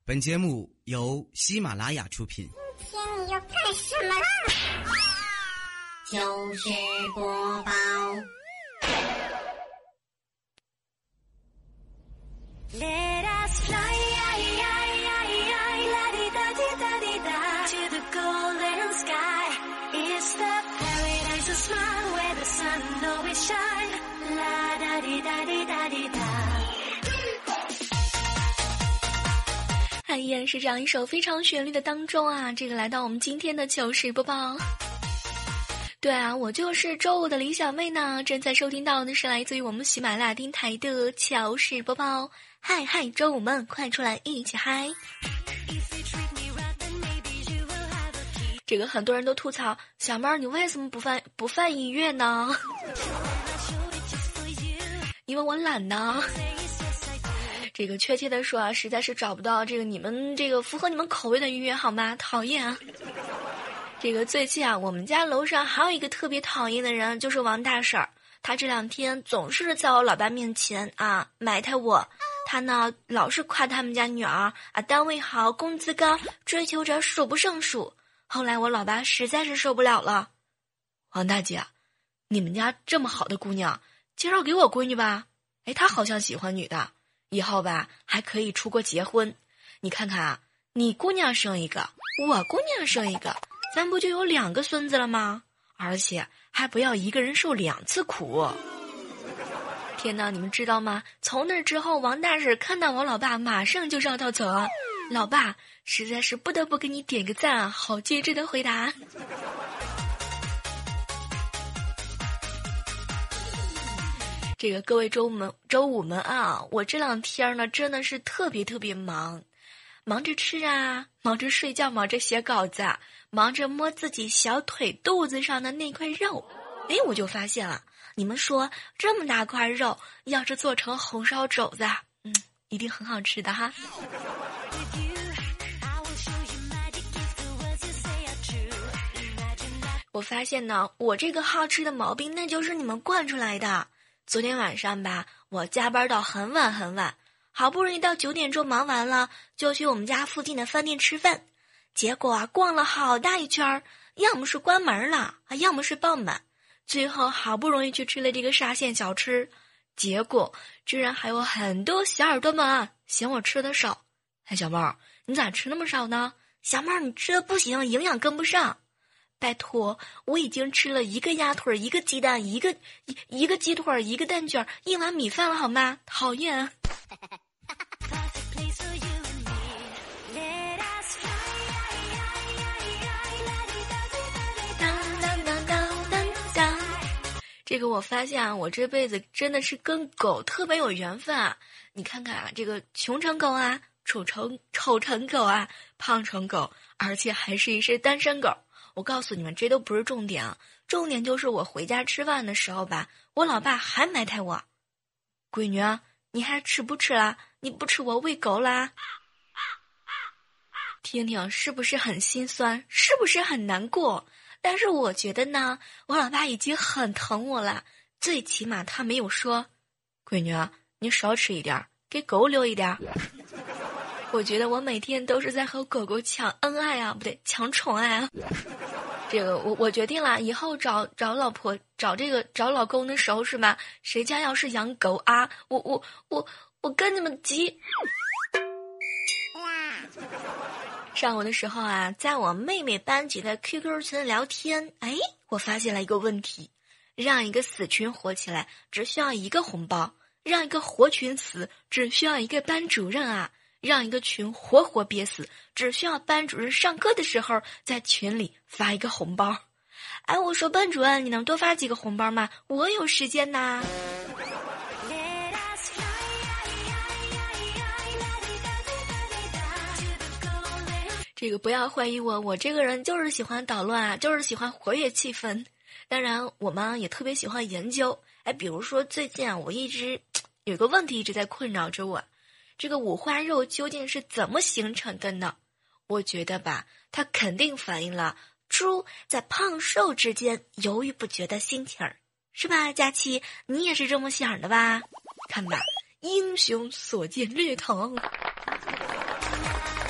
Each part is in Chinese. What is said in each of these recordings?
本节目由喜马拉雅出品。 今天你要干什么啦？ 糗事播报。 Let us fly, la-di-da-di-da-di-da, to the golden sky. It's the paradise of smile where the sun always shine. La-da-di-da-di-da-di-da.依然是这样一首非常旋律的当中啊，这个来到我们今天的糗事播报。对啊，我就是周五的李小妹呢，正在收听到的是来自于我们喜马拉雅电台的糗事播报。嗨嗨，周五们快出来一起嗨！这个很多人都吐槽小妹儿，你为什么不放音乐呢？因为我懒呢。这个确切的说啊，实在是找不到这个你们这个符合你们口味的音乐好吗？讨厌啊！这个最近啊，我们家楼上还有一个特别讨厌的人，就是王大婶儿。她这两天总是在我老爸面前啊埋汰我，她呢老是夸他们家女儿啊单位好，工资高，追求者数不胜数。后来我老爸实在是受不了了，王大姐，你们家这么好的姑娘，介绍给我闺女吧。哎，她好像喜欢女的。以后吧，还可以出国结婚。你看看啊，你姑娘生一个，我姑娘生一个，咱不就有2个孙子了吗？而且还不要一个人受2次苦。天哪，你们知道吗？从那之后，王大婶看到我老爸，马上就绕道走啊。老爸，实在是不得不给你点个赞啊，好机智的回答。这个各位周五们啊，我这2天呢真的是特别忙，忙着吃啊，忙着睡觉，忙着写稿子，忙着摸自己小腿肚子上的那块肉。哎，我就发现了，你们说这么大块肉，要是做成红烧肘子，一定很好吃的哈。我发现呢，我这个好吃的毛病，那就是你们惯出来的。昨天晚上吧，我加班到很晚，好不容易到9点钟忙完了，就去我们家附近的饭店吃饭。结果啊，逛了好大一圈，要么是关门了，要么是爆满。最后好不容易去吃了这个沙县小吃，结果居然还有很多小耳朵们啊嫌我吃的少。哎，小妹儿，你咋吃那么少呢？小妹儿，你吃的不行，营养跟不上。拜托，我已经吃了1个鸭腿，1个鸡蛋，一个鸡腿，1个蛋卷，1碗米饭了好吗？讨厌啊！这个我发现啊，我这辈子真的是跟狗特别有缘分啊！你看看啊，这个穷成狗啊，丑成狗啊，胖成狗，而且还是一只单身狗。我告诉你们，这都不是重点啊，重点就是我回家吃饭的时候吧，我老爸还埋汰我，闺女啊，你还吃不吃啦？你不吃我喂狗啦？听听是不是很心酸？是不是很难过？但是我觉得呢，我老爸已经很疼我了，最起码他没有说，闺女啊，你少吃一点，给狗留一点。我觉得我每天都是在和狗狗抢恩爱啊，不对，抢宠爱啊。这个我决定了，以后找老婆找老公的时候是吧？谁家要是养狗啊，我跟你们急。上午的时候啊，在我妹妹班级的 QQ 群聊天，哎，我发现了一个问题：让一个死群活起来，只需要1个红包；让一个活群死，只需要1个班主任啊。让一个群活憋死，只需要班主任上课的时候在群里发1个红包。哎，我说班主任，你能多发几个红包吗？我有时间呐。这个不要怀疑我这个人就是喜欢捣乱啊，就是喜欢活跃气氛。当然，我妈也特别喜欢研究。哎，比如说最近啊，我一直有个问题一直在困扰着我。这个五花肉究竟是怎么形成的呢？我觉得吧，它肯定反映了猪在胖瘦之间犹豫不决的心情儿，是吧？佳琪，你也是这么想的吧？看吧，英雄所见略同。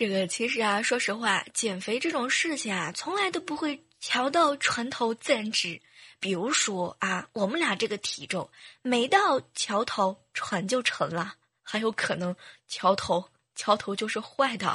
这个其实啊，说实话，减肥这种事情啊，从来都不会桥到船头自然直。比如说啊，我们俩这个体重，没到桥头船就沉了，还有可能桥头就是坏的。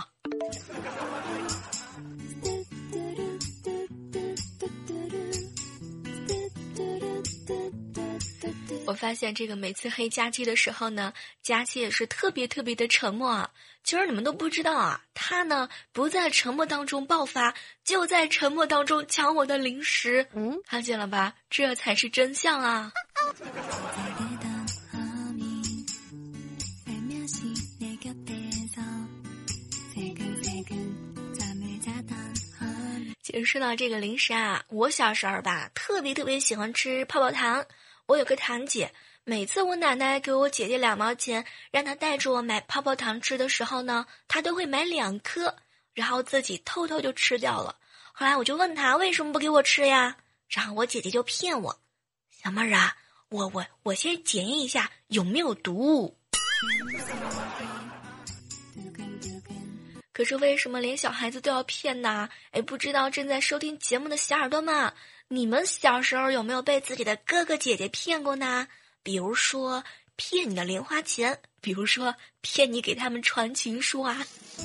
我发现这个每次黑佳期的时候呢，佳期也是特别的沉默啊。其实你们都不知道啊，他呢不在沉默当中爆发，就在沉默当中抢我的零食。看见了吧？这才是真相啊！其实说到这个零食啊，我小时候吧，特别喜欢吃泡泡糖。我有个堂姐，每次我奶奶给我姐姐2毛钱，让她带着我买泡泡糖吃的时候呢，她都会买2颗，然后自己偷就吃掉了。后来我就问她为什么不给我吃呀？然后我姐姐就骗我，小妹儿啊，我先检验一下有没有毒。可是为什么连小孩子都要骗呢？不知道正在收听节目的小耳朵们，你们小时候有没有被自己的哥哥姐姐骗过呢？比如说骗你的零花钱，比如说骗你给他们传情书啊。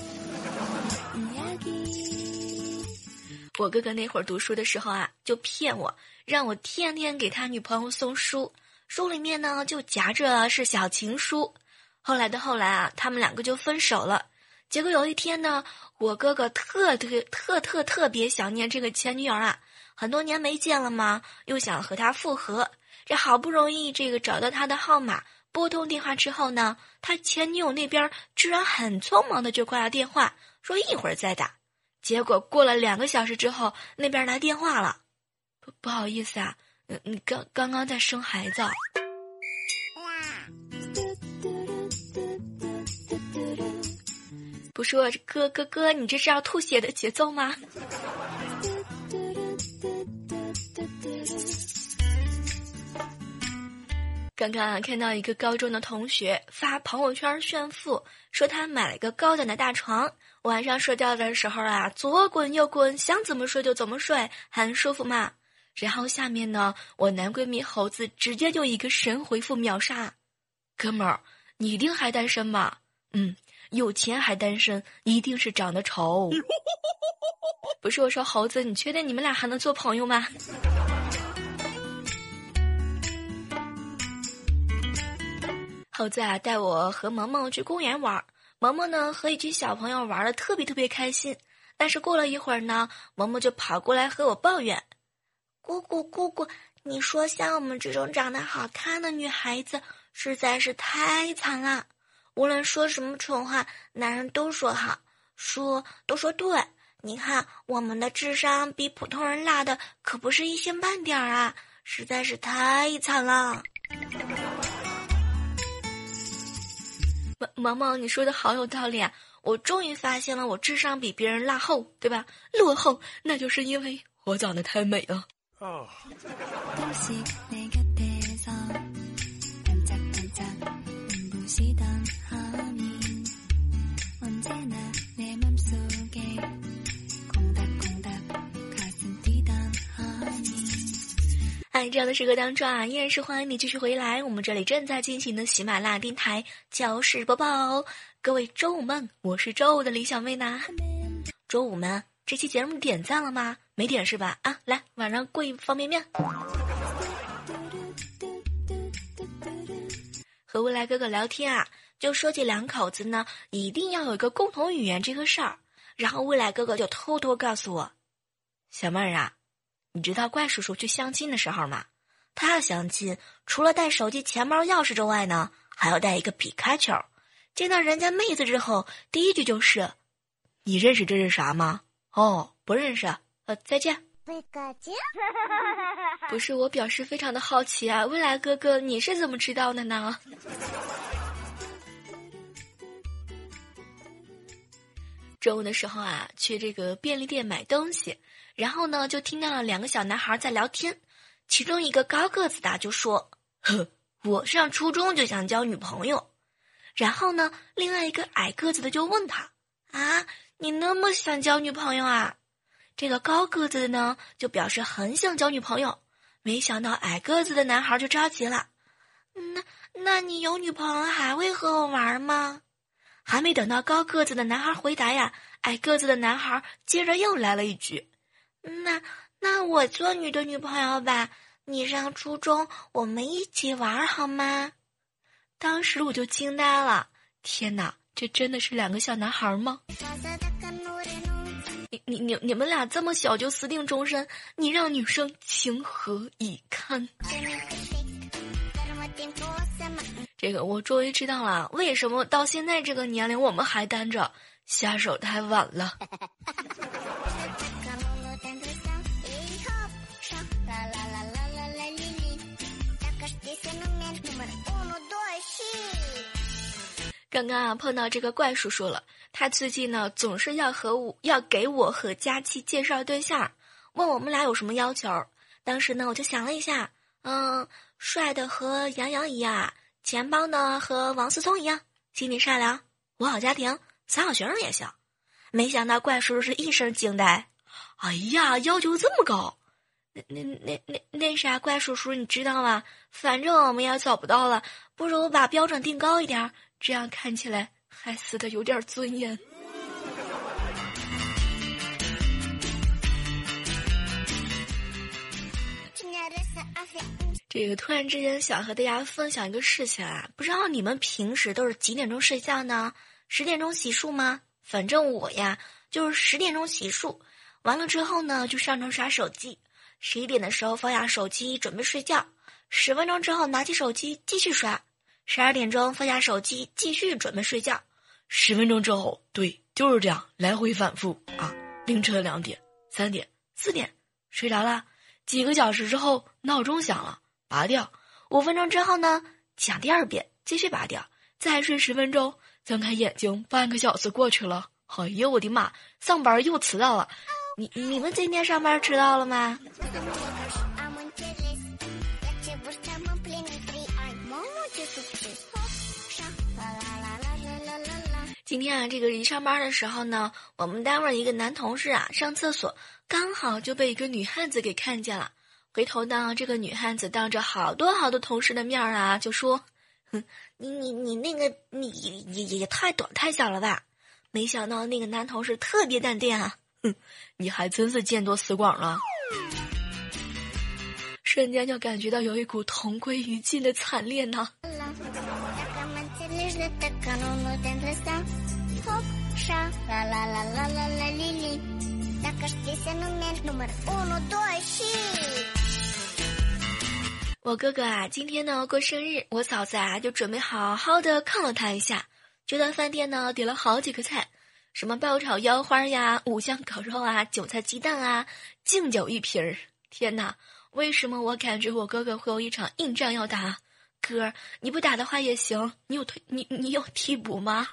我哥哥那会儿读书的时候啊，就骗我，让我天天给他女朋友送书，书里面呢就夹着是小情书。后来啊，他们2个就分手了。结果有一天呢，我哥哥特别想念这个前女友啊，很多年没见了嘛，又想和她复合。这好不容易这个找到她的号码，拨通电话之后呢，他前女友那边居然很匆忙的就挂了电话，说一会儿再打。结果过了2个小时之后，那边来电话了，不好意思啊，你刚刚在生孩子。不是我哥，你这是要吐血的节奏吗？刚刚看到一个高中的同学发朋友圈炫富，说他买了一个高档的大床，晚上睡觉的时候啊，左滚右滚，想怎么睡就怎么睡，很舒服嘛。然后下面呢，我男闺蜜猴子直接就一个神回复秒杀：哥们儿，你一定还单身吧？有钱还单身，一定是长得丑。不是我说猴子，你确定你们俩还能做朋友吗？猴子啊，带我和萌萌去公园玩，萌萌呢和一群小朋友玩得特别开心。但是过了一会儿呢，萌萌就跑过来和我抱怨：姑姑，你说像我们这种长得好看的女孩子实在是太惨了。无论说什么蠢话，男人都说好，都说对。你看我们的智商比普通人落的可不是一星半点啊，实在是太惨了。萌萌，你说的好有道理啊！我终于发现了，我智商比别人落后，对吧？落后，那就是因为我长得太美了。这样的时刻当中啊，依然是欢迎你继续回来。我们这里正在进行的喜马拉雅电台糗事播报，各位周五们，我是周五的李小妹呢。周五们，这期节目点赞了吗？没点是吧？啊，来，晚上跪方便面。和未来哥哥聊天啊，就说起2口子呢，一定要有一个共同语言这个事儿。然后未来哥哥就偷告诉我，小妹儿啊，你知道怪叔叔去相亲的时候吗？他相亲除了带手机、钱包、钥匙之外呢，还要带一个皮卡丘。见到人家妹子之后，第一句就是：“你认识这是啥吗？”哦，不认识。再见。不是，我表示非常的好奇啊，未来哥哥你是怎么知道的呢？中午的时候啊，去这个便利店买东西。然后呢，就听到了2个小男孩在聊天，其中一个高个子的就说：“我上初中就想交女朋友。”然后呢，另外一个矮个子的就问他：“啊， 你那么想交女朋友啊？这个高个子的呢，就表示很想交女朋友。没想到矮个子的男孩就着急了。那你有女朋友还会和我玩吗？还没等到高个子的男孩回答呀，矮个子的男孩接着又来了一句：那我做你的女朋友吧，你上初中我们一起玩好吗？当时我就惊呆了，天哪，这真的是两个小男孩吗？你们俩这么小就私定终身，你让女生情何以堪？这个我终于知道了，为什么到现在这个年龄我们还单着，下手太晚了。刚刚啊碰到这个怪叔叔了，他最近呢总是要给我和佳期介绍对象，问我们俩有什么要求。当时呢我就想了一下，帅的和杨洋一样，钱包呢和王思聪一样，心地善良，五好家庭，三好学生也行。没想到怪叔叔是一声惊呆，哎呀，要求这么高！那啥，怪叔叔你知道吗？反正我们也找不到了，不如把标准定高一点，这样看起来还死的有点尊严。这个突然之间想和大家分享一个事情啊，不知道你们平时都是几点钟睡觉呢？10点钟洗漱吗？反正我呀就是10点钟洗漱，完了之后呢就上床刷手机，11点的时候放下手机准备睡觉，10分钟之后拿起手机继续刷，12点钟放下手机继续准备睡觉，10分钟之后，对，就是这样来回反复啊。凌晨2点、3点、4点睡着了，几个小时之后闹钟响了，拔掉，5分钟之后呢讲第2遍继续拔掉，再睡10分钟，睁开眼睛半个小时过去了，哎呀我的妈，上班又迟到了。你们今天上班迟到了吗？今天啊，这个一上班的时候呢，我们单位一个男同事啊上厕所，刚好就被一个女汉子给看见了。回头呢，这个女汉子当着好多同事的面啊，就说：“你那个你也太短太小了吧？”没想到那个男同事特别淡定啊，你还真是见多识广了。瞬间就感觉到有一股同归于尽的惨烈呢。我哥哥啊，今天呢过生日，我嫂子啊就准备好好的犒劳他一下。这顿饭店呢点了好几个菜，什么爆炒腰花呀、五香烤肉啊、韭菜鸡蛋啊、敬酒一瓶儿。天哪，为什么我感觉我哥哥会有一场硬仗要打？哥，你不打的话也行，你有替补吗？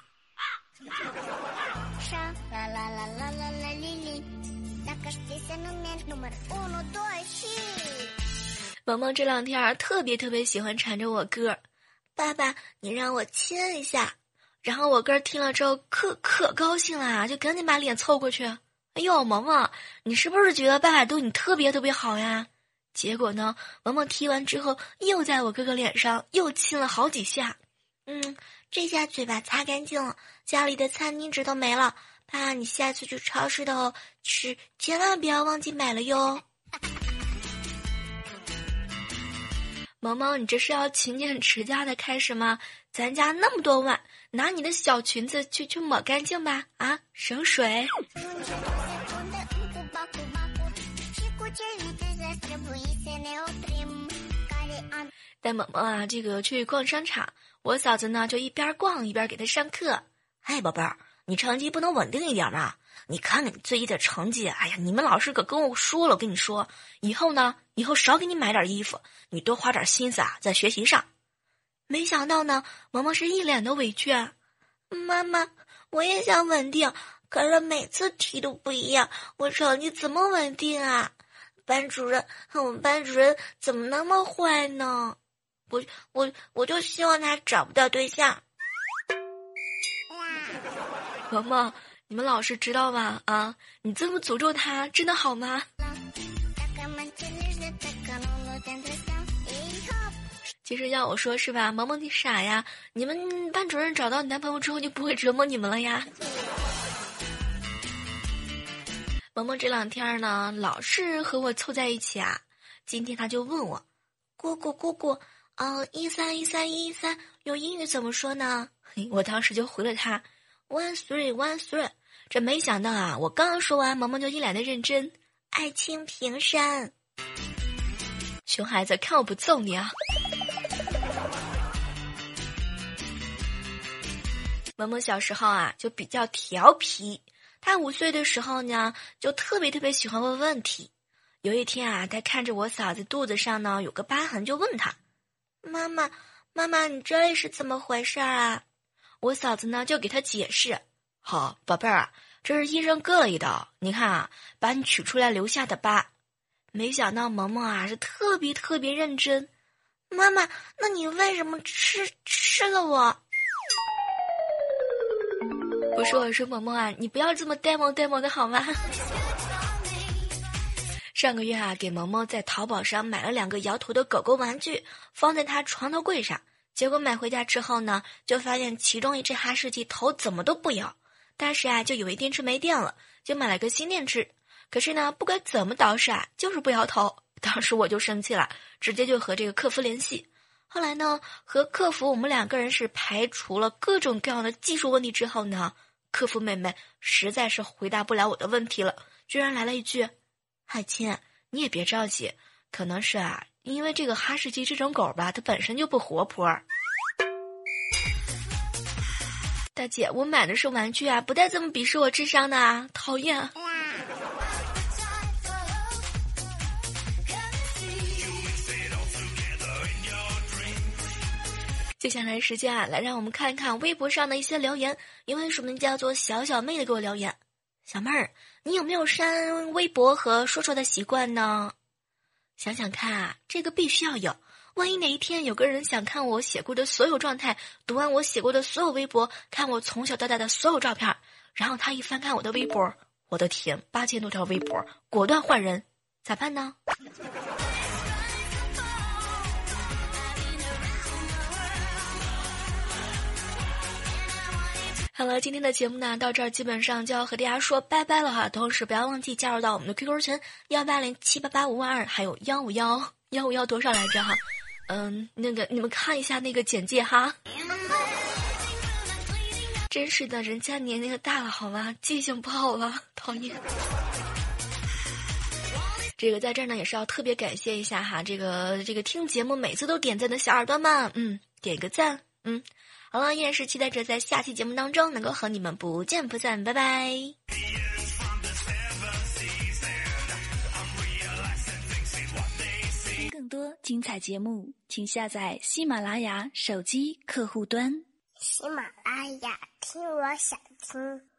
萌萌这2天特别喜欢缠着我哥，爸爸你让我亲一下。然后我哥听了之后可高兴了，就赶紧把脸凑过去。哎呦，萌萌，你是不是觉得爸爸对你特别好呀？结果呢，萌萌踢完之后又在我哥哥脸上又亲了好几下。这下嘴巴擦干净了，家里的餐巾纸都没了。爸，你下次去超市的吃千万不要忘记买了哟。萌萌，你这是要勤俭持家的开始吗？咱家那么多碗，拿你的小裙子去抹干净吧，啊，省水。带萌萌啊，这个去逛商场，我嫂子呢就一边逛一边给她上课。哎，宝贝儿，你成绩不能稳定一点吗？你看看你最近的成绩，哎呀，你们老师可跟我说了，我跟你说，以后少给你买点衣服，你多花点心思啊，在学习上。没想到呢，萌萌是一脸的委屈。妈妈，我也想稳定，可是每次题都不一样，我成绩怎么稳定啊？我们班主任怎么那么坏呢？我就希望他找不到对象。萌萌， 你们老师知道吧？啊，你这么诅咒他，真的好吗？其实要我说是吧，萌萌你傻呀！你们班主任找到你男朋友之后就不会折磨你们了呀。萌萌这2天呢，老是和我凑在一起啊。今天他就问我，姑姑，131313用英语怎么说呢？我当时就回了他 1313。这没想到啊，我刚说完，萌萌就一脸的认真，爱卿平山。熊孩子，看我不揍你啊！萌萌小时候啊就比较调皮，他5岁的时候呢就特别喜欢问问题。有一天啊，他看着我嫂子肚子上呢有个疤痕，就问她：妈妈，你这里是怎么回事啊？我嫂子呢就给他解释：好，宝贝儿啊，这是医生割了一刀，你看啊，把你取出来留下的疤。没想到萌萌啊是特别认真。妈妈，那你为什么吃了我？不是我说萌萌啊，你不要这么呆萌的好吗？上个月啊，给萌萌在淘宝上买了2个摇头的狗狗玩具，放在她床头柜上。结果买回家之后呢，就发现其中一只哈士奇头怎么都不摇。当时啊，就以为电池没电了，就买了个新电池。可是呢，不管怎么捯饬啊，就是不摇头。当时我就生气了，直接就和这个客服联系。后来呢，和客服我们2个人是排除了各种各样的技术问题之后呢，客服妹妹实在是回答不了我的问题了，居然来了一句：海亲，你也别着急，可能是啊，因为这个哈士奇这种狗吧，它本身就不活泼。大姐，我买的是玩具啊，不带这么鄙视我智商的啊，讨厌。接下来时间啊，来让我们看一看微博上的一些留言。一位署名叫做小小妹的给我留言：小妹儿，你有没有删微博和说说的习惯呢？想想看啊，这个必须要有。万一哪一天有个人想看我写过的所有状态，读完我写过的所有微博，看我从小到大的所有照片，然后他一翻看我的微博，我的天，8000多条微博，果断换人，咋办呢？好了，今天的节目呢，到这儿基本上就要和大家说拜拜了哈。同时不要忘记加入到我们的 QQ 群180788552，还有151多少来着哈？那个你们看一下那个简介哈。真是的，人家年龄大了好吗？记性不好了，讨厌。这个在这儿呢也是要特别感谢一下哈，这个听节目每次都点赞的小耳朵们，点个赞，好了，依然是期待着在下期节目当中能够和你们不见不散，拜拜。 更多精彩节目，请下载喜马拉雅手机客户端。 喜马拉雅，听我想听。